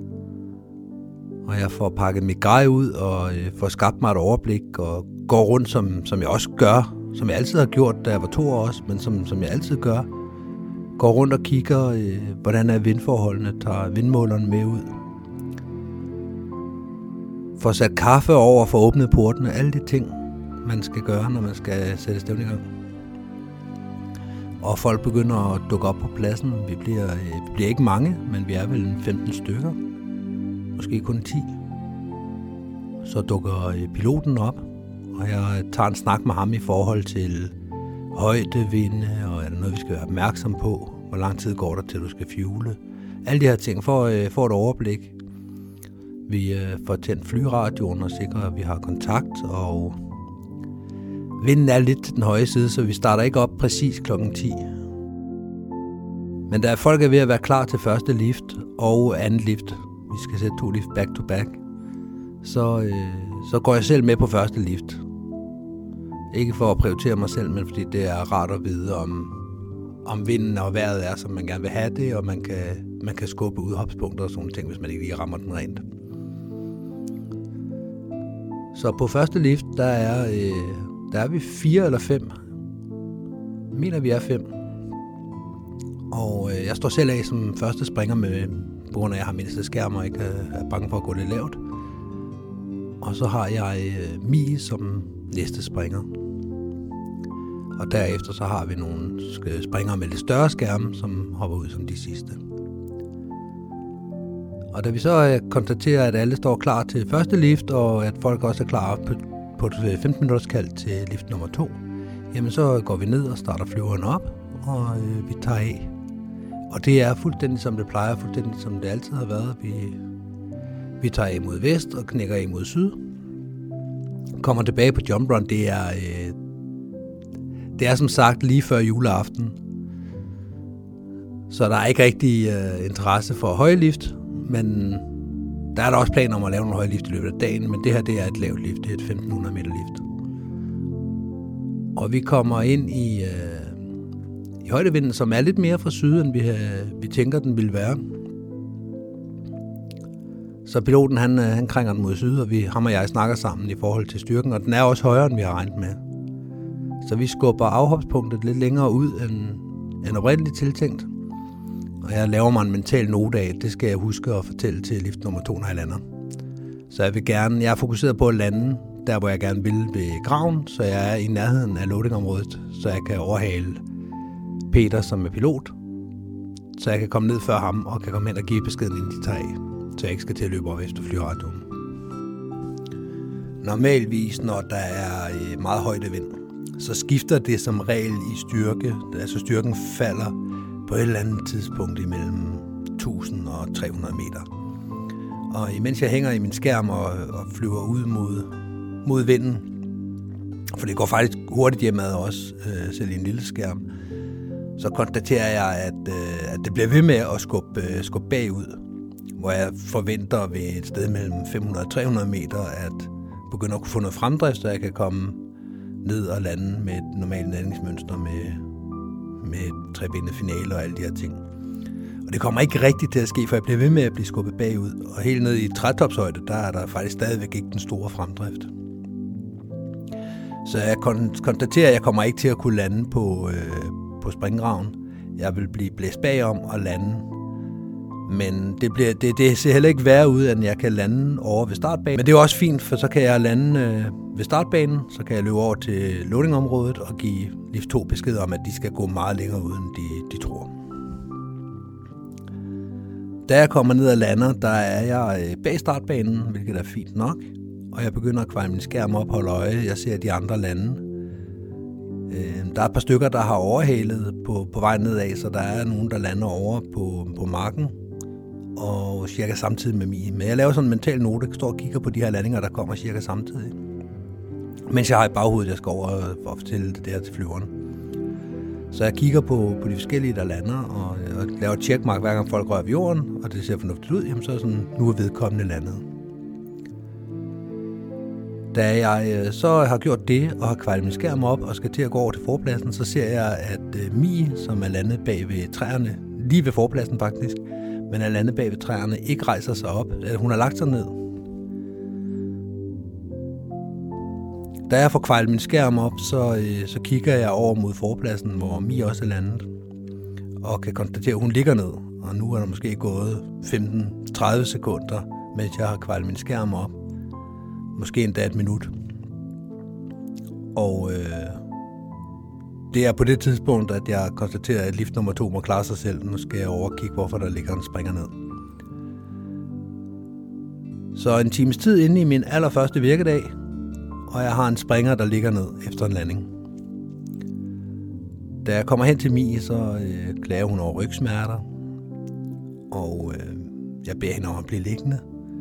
Og jeg får pakket mit grej ud og får skabt mig et overblik og går rundt, som jeg også gør. Som jeg altid har gjort, da jeg var 2 år også, men som jeg altid gør. Går rundt og kigger, hvordan er vindforholdene, tager vindmåleren med ud. Får sat kaffe over, får åbnet portene, alle de ting, man skal gøre, når man skal sætte stævne i gang. Og folk begynder at dukke op på pladsen. Vi bliver ikke mange, men vi er vel 15 stykker. Måske kun 10. Så dukker piloten op, og jeg tager en snak med ham i forhold til højdevinde, og er der noget, vi skal være opmærksom på? Hvor lang tid går der, til du skal fuele? Alle de her ting får et overblik. Vi får tændt flyradioen og sikrer, at vi har kontakt, og vinden er lidt til den høje side, så vi starter ikke op præcis klokken 10. Men da folk er ved at være klar til første lift og anden lift, vi skal sætte 2 lift back to back, så går jeg selv med på første lift. Ikke for at prioritere mig selv, men fordi det er rart at vide, om vinden og vejret er, som man gerne vil have det, og man kan skubbe udhopspunkter og sådan ting, hvis man ikke lige rammer den rent. Så på første lift, der er vi 4 eller 5. Jeg mener, vi er 5. Og jeg står selv af som første springer på grund af, at jeg har mindste skærm og ikke er bange for at gå lidt lavt. Og så har jeg Mie som næste springer. Og derefter så har vi nogle springere med lidt større skærme, som hopper ud som de sidste. Og da vi så konstaterer, at alle står klar til første lift, og at folk også er klar på et 15 minutters kald til lift nummer 2, jamen så går vi ned og starter flyveren op, og vi tager af. Og det er fuldstændig som det plejer, fuldstændig som det altid har været. Vi tager af mod vest og knækker af mod syd. Kommer tilbage på jump run. Det er som sagt lige før juleaften. Så der er ikke rigtig interesse for højlift, men der er der også planer om at lave nogle højlift i løbet af dagen, men det her det er et lavt lift, det er et 1500 meter lift. Og vi kommer ind i højdevinden, som er lidt mere fra syd, end vi tænker, den ville være. Så piloten han krænger den mod syd, og ham og jeg snakker sammen i forhold til styrken, og den er også højere, end vi har regnet med. Så vi skubber afhopspunktet lidt længere ud, end oprindeligt tiltænkt. Og jeg laver mig en mental note af, det skal jeg huske at fortælle til lift nummer 2, når jeg lander. Så jeg er fokuseret på at lande der, hvor jeg gerne vil ved graven, så jeg er i nærheden af loadingområdet, så jeg kan overhale Peter, som er pilot, så jeg kan komme ned før ham og kan komme hen og give beskeden, inden de tager af, så jeg ikke skal til at løbe over efter flyradioen. Normalvis, når der er meget højdevind, så skifter det som regel i styrke, altså styrken falder på et eller andet tidspunkt imellem 1000 og 300 meter. Og imens jeg hænger i min skærm og flyver ud mod vinden, for det går faktisk hurtigt hjemad også, selv i en lille skærm, så konstaterer jeg, at det bliver ved med at skubbe bagud, hvor jeg forventer ved et sted mellem 500 og 300 meter at begynde at kunne få noget fremdrift, så jeg kan komme ned og lande med et normalt landingsmønster med trebindede finaler og alle de her ting. Og det kommer ikke rigtigt til at ske, for jeg bliver ved med at blive skubbet bagud. Og helt ned i trætopshøjde, der er der faktisk stadigvæk ikke den store fremdrift. Så jeg konstaterer, at jeg kommer ikke til at kunne lande på springgraven. Jeg vil blive blæst bagom og lande. Men det ser heller ikke værre ud, end jeg kan lande over ved startbanen. Men det er også fint, for så kan jeg lande ved startbanen, så kan jeg løbe over til loadingområdet og give lift 2 besked om, at de skal gå meget længere ud, end de tror. Da jeg kommer ned og lander, der er jeg bag startbanen, hvilket er fint nok. Og jeg begynder at kvejle min skærm op og holde øje. Jeg ser de andre lande. Der er et par stykker, der har overhalet på vej nedad, så der er nogen, der lander over på marken. Og cirka samtidig med mig. Men jeg laver sådan en mental note, jeg står og kigger på de her landinger, der kommer cirka samtidig. Mens jeg har i baghovedet, jeg skal over og fortælle det der til flyveren. Så jeg kigger på de forskellige, der lander, og laver et checkmark, hver gang folk rører ved jorden, og det ser fornuftigt ud, jamen så er sådan, nu er vedkommende landet. Da jeg så har gjort det, og har kvejlet min skærm op, og skal til at gå over til forpladsen, så ser jeg, at Mie, som er landet bag ved træerne, lige ved forpladsen faktisk, men er landet bag ved træerne, ikke rejser sig op. Hun har lagt sig ned. Da jeg får kvejlet min skærm op, så kigger jeg over mod forpladsen, hvor Mie også er landet, og kan konstatere, at hun ligger ned. Og nu er der måske gået 15-30 sekunder, mens jeg har kvejlet min skærm op. Måske endda et minut. Og det er på det tidspunkt, at jeg konstaterer, at lift nummer 2 må klare sig selv. Nu skal jeg overkigge, hvorfor der ligger en springer ned. Så en times tid inde i min allerførste virkedag, og jeg har en springer, der ligger ned efter en landing. Da jeg kommer hen til Mie, så klager hun over rygsmerter, og jeg beder hende om at blive liggende.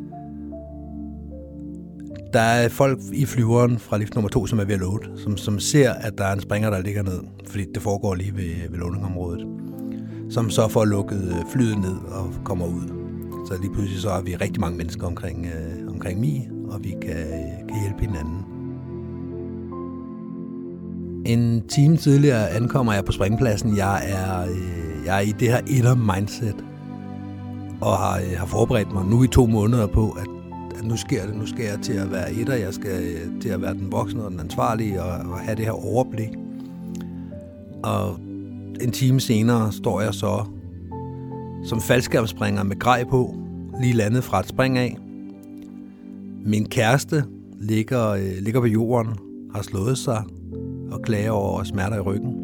Der er folk i flyveren fra lift nummer 2, som er ved at load, som ser, at der er en springer, der ligger ned, fordi det foregår lige ved loadingområdet, som så får lukket flyet ned og kommer ud. Så lige pludselig så er vi rigtig mange mennesker omkring Mie, og vi kan hjælpe hinanden. En time tidligere ankommer jeg på springpladsen. Jeg er i det her etter-mindset, og har forberedt mig nu i 2 måneder på, at nu sker det. Nu skal jeg til at være etter, jeg skal til at være den voksne og den ansvarlige, og have det her overblik. Og en time senere står jeg så som faldskærmsspringer med grej på, lige landet fra et spring af. Min kæreste ligger på jorden, har slået sig og klager over smerter i ryggen.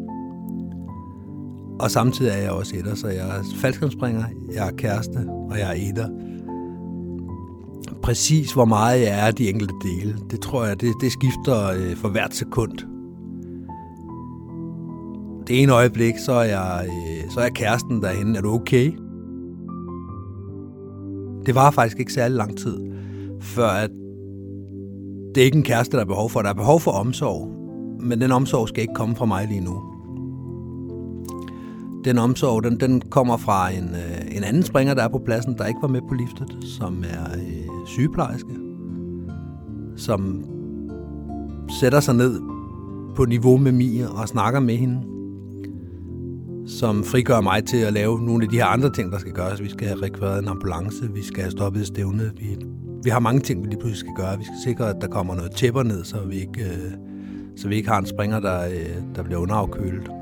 Og samtidig er jeg også etter, så jeg er faldskærmsspringer, jeg er kæreste, og jeg er etter. Præcis hvor meget jeg er de enkelte dele, det tror jeg, det skifter for hvert sekund. Det ene øjeblik, så er kæresten derhenne. Er du okay? Det var faktisk ikke særlig lang tid, før at det er ikke en kæreste, der er behov for. Der er behov for omsorg, men den omsorg skal ikke komme fra mig lige nu. Den omsorg, den kommer fra en anden springer, der er på pladsen, der ikke var med på liftet, som er sygeplejerske, som sætter sig ned på niveau med Mie og snakker med hende, som frigør mig til at lave nogle af de her andre ting, der skal gøres. Vi skal have rekvireret en ambulance, vi skal have stoppet stævnet, vi har mange ting, vi lige pludselig skal gøre. Vi skal sikre, at der kommer noget tæpper ned, så vi ikke har en springer, der bliver underafkølet.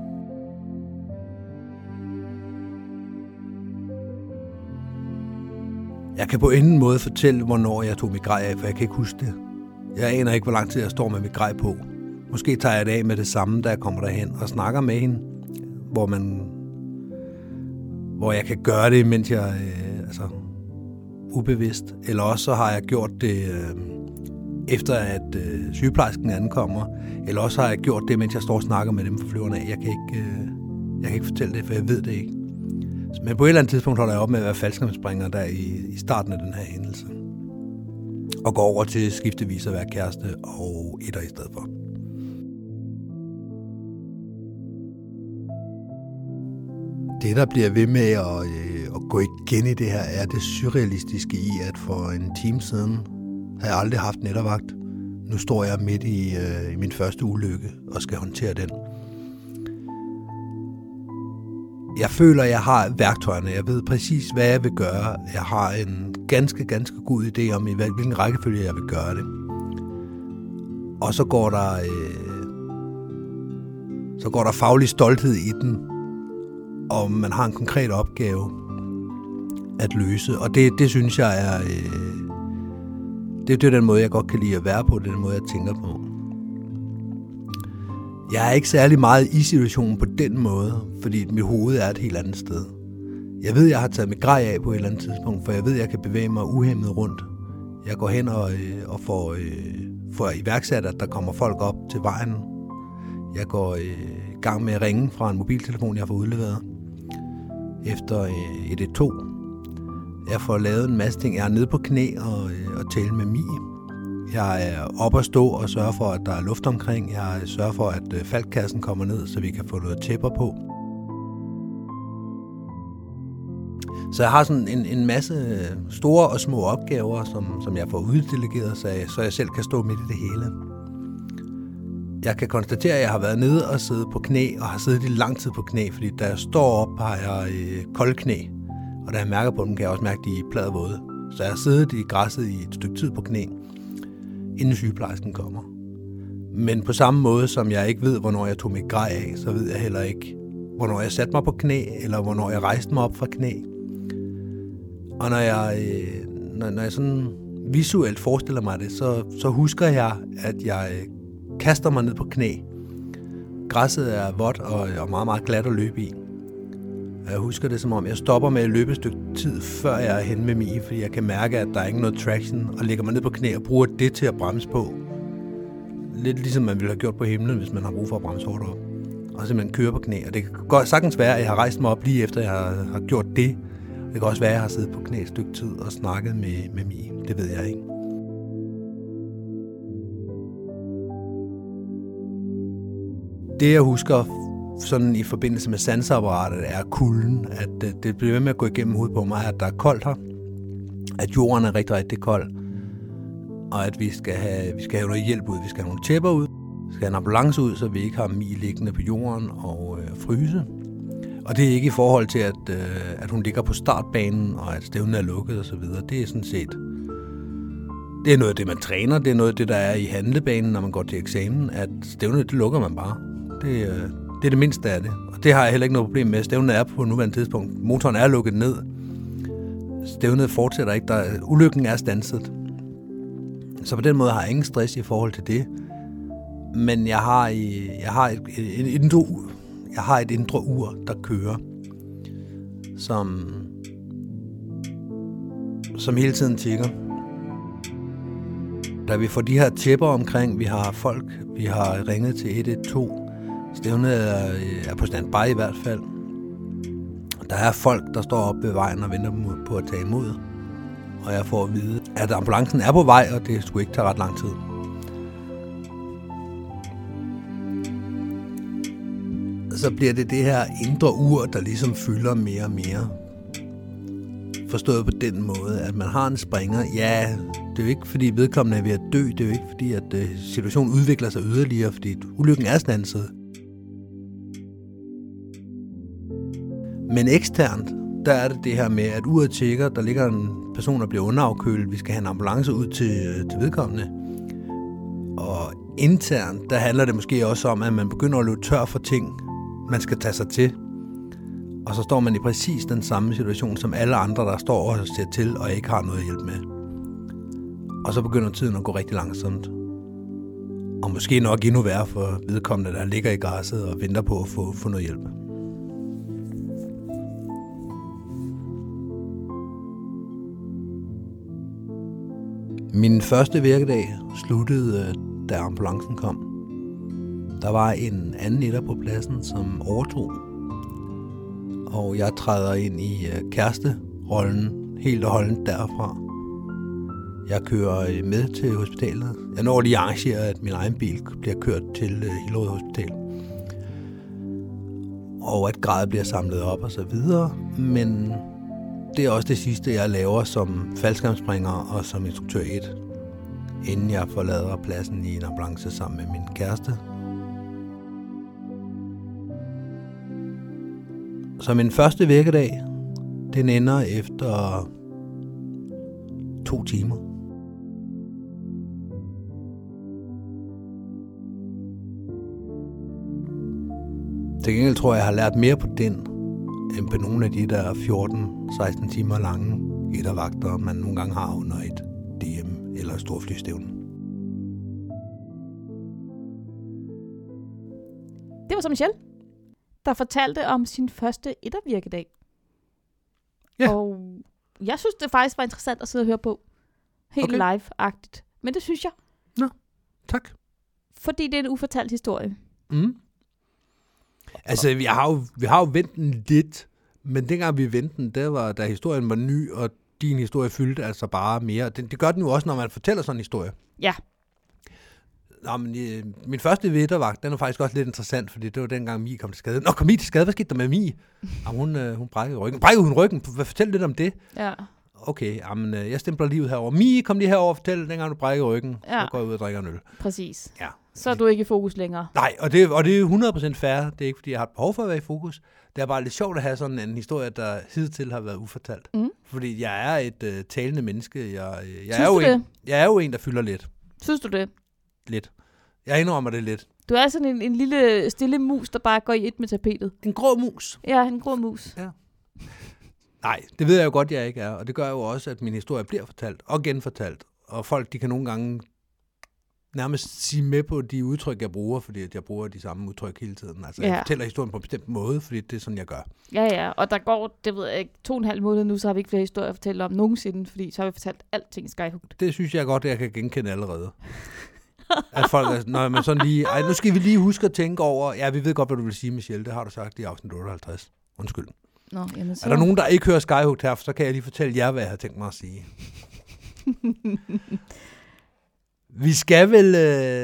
Jeg kan på ingen måde fortælle, hvornår jeg tog mit grej af, for jeg kan ikke huske det. Jeg aner ikke, hvor lang tid jeg står med mit grej på. Måske tager jeg det af med det samme, da jeg kommer derhen og snakker med hende, hvor jeg kan gøre det, mens jeg ubevidst. Eller også så har jeg gjort det efter, at sygeplejersken ankommer. Eller også har jeg gjort det, mens jeg står og snakker med dem fra flyverne af. Jeg kan ikke fortælle det, for jeg ved det ikke. Men på et eller andet tidspunkt holder jeg op med at være faldskærmsspringer der i starten af den her hændelse. Og går over til skiftevis at være kæreste og etter i stedet for. Det, der bliver ved med at gå igen i det her, er det surrealistiske i, at for en time siden har jeg aldrig haft nettervagt. Nu står jeg midt i min første ulykke og skal håndtere den. Jeg føler, at jeg har værktøjerne. Jeg ved præcis, hvad jeg vil gøre. Jeg har en ganske, ganske god idé om, i hvilken rækkefølge jeg vil gøre det. Og så går der faglig stolthed i den, og man har en konkret opgave at løse. Og det synes jeg er... Det er den måde, jeg godt kan lide at være på. Det er den måde, jeg tænker på. Jeg er ikke særlig meget i situationen på den måde, fordi mit hoved er et helt andet sted. Jeg ved, jeg har taget mit grej af på et eller andet tidspunkt, for jeg ved, jeg kan bevæge mig uhæmmet rundt. Jeg går hen og får iværksat, at der kommer folk op til vejen. Jeg går i gang med at ringe fra en mobiltelefon, jeg får udleveret efter 112. Jeg får lavet en masse ting. Jeg er nede på knæ og tale med Mie. Jeg er op at stå og sørger for, at der er luft omkring. Jeg sørger for, at faltkassen kommer ned, så vi kan få noget tæpper på. Så jeg har sådan en masse store og små opgaver, som jeg får uddelegeret, så jeg selv kan stå midt i det hele. Jeg kan konstatere, at jeg har været nede og siddet på knæ, og har siddet i lang tid på knæ, fordi da jeg står op, har jeg kolde knæ. Og da jeg mærker på dem, kan jeg også mærke, at de er pladvåde. Så jeg har siddet i græsset i et stykke tid på knæ, inden sygeplejersken kommer. Men på samme måde, som jeg ikke ved, hvornår jeg tog mit grej af, så ved jeg heller ikke, hvornår jeg satte mig på knæ, eller hvornår jeg rejste mig op fra knæ. Og når jeg sådan visuelt forestiller mig det, så husker jeg, at jeg kaster mig ned på knæ. Græsset er vådt og meget, meget glat at løbe i. Jeg husker det, som om jeg stopper med at løbe et stykke tid, før jeg er henne med Mie, fordi jeg kan mærke, at der er ikke noget traction, og lægger mig ned på knæ og bruger det til at bremse på. Lidt ligesom man ville have gjort på himlen, hvis man har brug for at bremse hårdt op. Og simpelthen køre på knæ. Og det kan godt sagtens være, at jeg har rejst mig op lige efter, jeg har gjort det. Det kan også være, at jeg har siddet på knæ et stykke tid og snakket med Mie. Det ved jeg ikke. Det jeg husker sådan i forbindelse med sanseapparatet er kulden, at det bliver ved med at gå igennem hovedet på mig, at der er koldt her, at jorden er rigtig, rigtig kold, og at vi skal have noget hjælp ud, vi skal have nogle tæpper ud, vi skal have en ambulance ud, så vi ikke har Mie liggende på jorden og fryse. Og det er ikke i forhold til, at hun ligger på startbanen, og at stævnet er lukket og så videre. Det er sådan set, det er noget af det, man træner, det er noget af det, der er i handlebanen, når man går til eksamen, at stævnet, det lukker man bare. Det er det mindste af det, og det har jeg heller ikke noget problem med. Stævnet er på nuværende tidspunkt. Motoren er lukket ned. Stævnet fortsætter ikke. Ulykken er standset. Så på den måde har jeg ingen stress i forhold til det. Men jeg har et indre ur, der kører, som hele tiden tikker. Da vi får de her tæpper omkring, vi har folk, vi har ringet til 112. Stævnet er på standby i hvert fald. Der er folk, der står oppe ved vejen og venter på at tage imod. Og jeg får at vide, at ambulancen er på vej, og det skulle ikke tage ret lang tid. Så bliver det her indre ur, der ligesom fylder mere og mere. Forstået på den måde, at man har en springer. Ja, det er jo ikke, fordi vedkommende er ved at dø. Det er jo ikke, fordi at situationen udvikler sig yderligere, fordi ulykken er standset. Men eksternt, der er det her med, at uret tjekker, der ligger en person, der bliver underafkølet. Vi skal have en ambulance ud til vedkommende. Og internt, der handler det måske også om, at man begynder at løbe tør for ting, man skal tage sig til. Og så står man i præcis den samme situation som alle andre, der står og ser til og ikke har noget hjælp med. Og så begynder tiden at gå rigtig langsomt. Og måske nok endnu værre for vedkommende, der ligger i græsset og venter på at få noget hjælp. Min første virkedag sluttede, da ambulancen kom. Der var en anden etter på pladsen, som overtog. Og jeg træder ind i kæresterollen, helt og holdent derfra. Jeg kører med til hospitalet. Jeg når lige at arrangere, at min egen bil bliver kørt til Hillerød Hospital. Og at grædet bliver samlet op og så videre. Men det er også det sidste, jeg laver som faldskærmsspringer og som instruktør 1. Inden jeg forlader pladsen i en ambulance sammen med min kæreste. Så min første virkedag, den ender efter 2 timer. Til gengæld tror jeg har lært mere på den, end på nogle af de der 14-16 timer lange ettervagter, man nogle gange har under et DM eller et storflystævne. Det var så Michelle, der fortalte om sin første ettervirkedag. Ja. Og jeg synes, det faktisk var interessant at sidde og høre på. Helt Okay. live-agtigt. Men det synes jeg. Nå, tak. Fordi det er en ufortalt historie. Mm. Altså, vi har jo vendt den lidt, men dengang vi vendte den, da historien var ny, og din historie fyldte altså bare mere. Det gør den jo også, når man fortæller sådan en historie. Ja. Nå, men min første vintervagt, den er faktisk også lidt interessant, fordi det var dengang Mie kom til skade. Nå, kom Mie til skade? Hvad skete der med Mie? Jamen, hun brækkede ryggen. Brækkede hun ryggen? Fortæl lidt om det. Ja. Okay, jamen, jeg stempler livet herover. Mie, kom lige herover og fortæl, dengang du brækkede ryggen. Ja. Så går jeg ud og drikker en øl. Præcis. Ja. Så er du ikke i fokus længere. Nej, og det er 100% fair. Det er ikke, fordi jeg har et behov for at være i fokus. Det er bare lidt sjovt at have sådan en historie, der hidtil har været ufortalt. Fordi jeg er et talende menneske. Jeg er jo en, der fylder lidt. Synes du det? Lidt. Jeg indrømmer det lidt. Du er sådan en lille stille mus, der bare går i et med tapetet. En grå mus. Ja, en grå mus. Ja. Nej, det ved jeg jo godt, jeg ikke er. Og det gør jo også, at min historie bliver fortalt og genfortalt. Og folk, de kan nogle gange nærmest sige med på de udtryk, jeg bruger, fordi jeg bruger de samme udtryk hele tiden. Altså, jeg fortæller historien på en bestemt måde, fordi det er sådan, jeg gør. Ja, og der går, det ved jeg ikke, 2,5 måneder nu, så har vi ikke flere historier at fortælle om nogensinde, fordi så har vi fortalt alting i Skyhooked. Det synes jeg godt, at jeg kan genkende allerede. At folk er, når man sådan lige, nu skal vi lige huske at tænke over, ja, vi ved godt, hvad du vil sige, Michelle, det har du sagt i afsnit 58. Undskyld. Nå, jamen så... Er der nogen, der ikke hører Skyhooked her, så kan jeg lige fortælle jer, hvad jeg har tænkt mig at sige. Vi skal vel...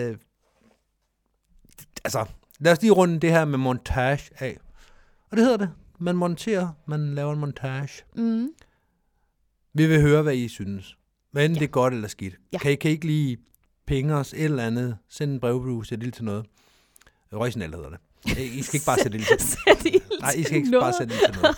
lad os lige runde det her med montage af. Og det hedder det. Man monterer, man laver en montage. Mm. Vi vil høre, hvad I synes. Hvad end det er godt eller skidt. Ja. Kan I ikke lige pinge os et eller andet? Send en brevbrug, sæt ild til noget. Røgsignal hedder det. I skal ikke bare sætte ild til noget. Nej, I skal ikke bare sætte ild til noget.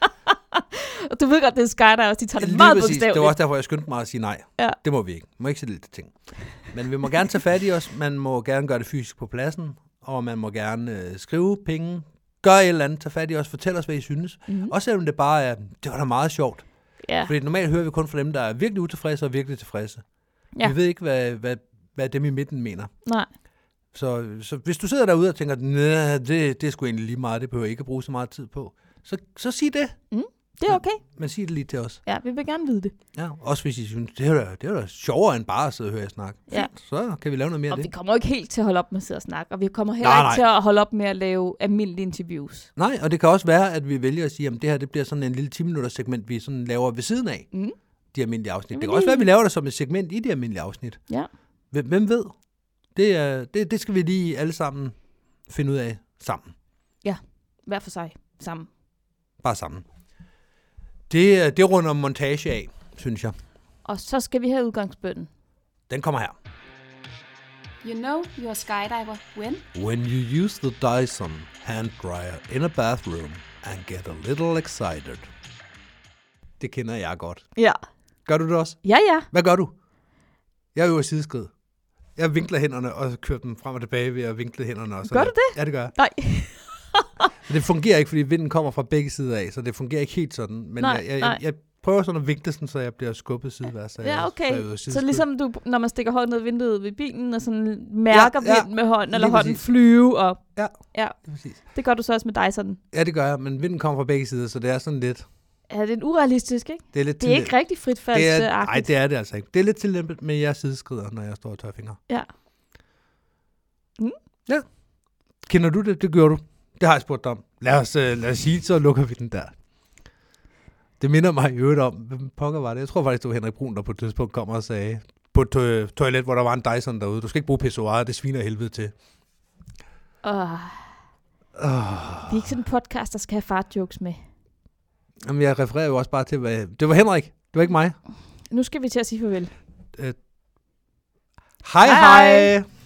Og du ved godt, det er Skydive, de tager det Lige meget præcis. bogstaveligt. Det var også derfor, jeg skyndte mig at sige nej. Ja. Det må vi ikke. Vi må ikke sætte ild til ting. Men vi må gerne tage fat i os. Man må gerne gøre det fysisk på pladsen. Og man må gerne skrive penge. Gør et eller andet. Tag fat i os. Fortæl os, hvad I synes. Mm-hmm. Også selvom det bare er, det var da meget sjovt. Ja. Fordi normalt hører vi kun fra dem, der er virkelig utilfredse og virkelig tilfredse. Ja. Vi ved ikke, hvad dem i midten mener. Nej. Så hvis du sidder derude og tænker, nej, det er sgu egentlig lige meget, det behøver jeg ikke at bruge så meget tid på, så sig det. Mm. Det er okay. Men sig det lige til os. Ja, vi vil gerne vide det. Ja, også hvis I synes, det er da sjovere end bare at sidde og høre jer snakke. Ja. Så kan vi lave noget mere af Og det. vi kommer jo ikke helt til at holde op med at sidde og snakke, og vi kommer heller ikke til at holde op med at lave almindelige interviews. Nej, og det kan også være, at vi vælger at sige, at det her det bliver sådan en lille 10-minutters segment, vi sådan laver ved siden af de almindelige afsnit. Det kan også være, at vi laver det som et segment i de almindelige afsnit. Ja. Hvem ved? Det skal vi lige alle sammen finde ud af sammen. Ja, hver for sig. Sammen. Bare sammen. Det runder montage af, synes jeg. Og så skal vi have udgangsbønnen. Den kommer her. You know you're a skydiver when? When you use the Dyson hand dryer in a bathroom and get a little excited. Det kender jeg godt. Ja. Gør du det også? Ja. Hvad gør du? Jeg øver sideskrid. Jeg vinkler hænderne og kører dem frem og tilbage ved at vinkle hænderne. Og så gør du det? Ja, det gør jeg. Nej. Det fungerer ikke, fordi vinden kommer fra begge sider af, så det fungerer ikke helt sådan. Men jeg prøver sådan at vinkle sådan, så jeg bliver skubbet sideværds. Ja, okay. Så ligesom du, når man stikker hånden ud af vinduet ved bilen, og sådan mærker vinden med hånden, eller hånden flyve op. Ja, det er præcis. Det gør du så også med dig sådan. Ja, det gør jeg, men vinden kommer fra begge sider, så det er sådan lidt... Ja, det er urealistisk, ikke? Det er ikke rigtig fritfaldsagtigt. Nej, det er det altså ikke. Det er lidt tillæmpet med jeres sideskrider, når jeg står og tørrer fingre. Ja. Ja. Kender du det? Det gør du. Det har jeg spurgt dig om. Lad os sige, så lukker vi den der. Det minder mig i øvrigt om, hvem pokker var det? Jeg tror faktisk, det var Henrik Brun, der på et tidspunkt kom og sagde, på et toilet, hvor der var en Dyson derude, du skal ikke bruge pissoir, det sviner helvede til. Vi er ikke sådan en podcast, der skal have fart-jokes med. Jamen, jeg refererer jo også bare til, hvad... Det var Henrik, det var ikke mig. Nu skal vi til at sige farvel. Hej.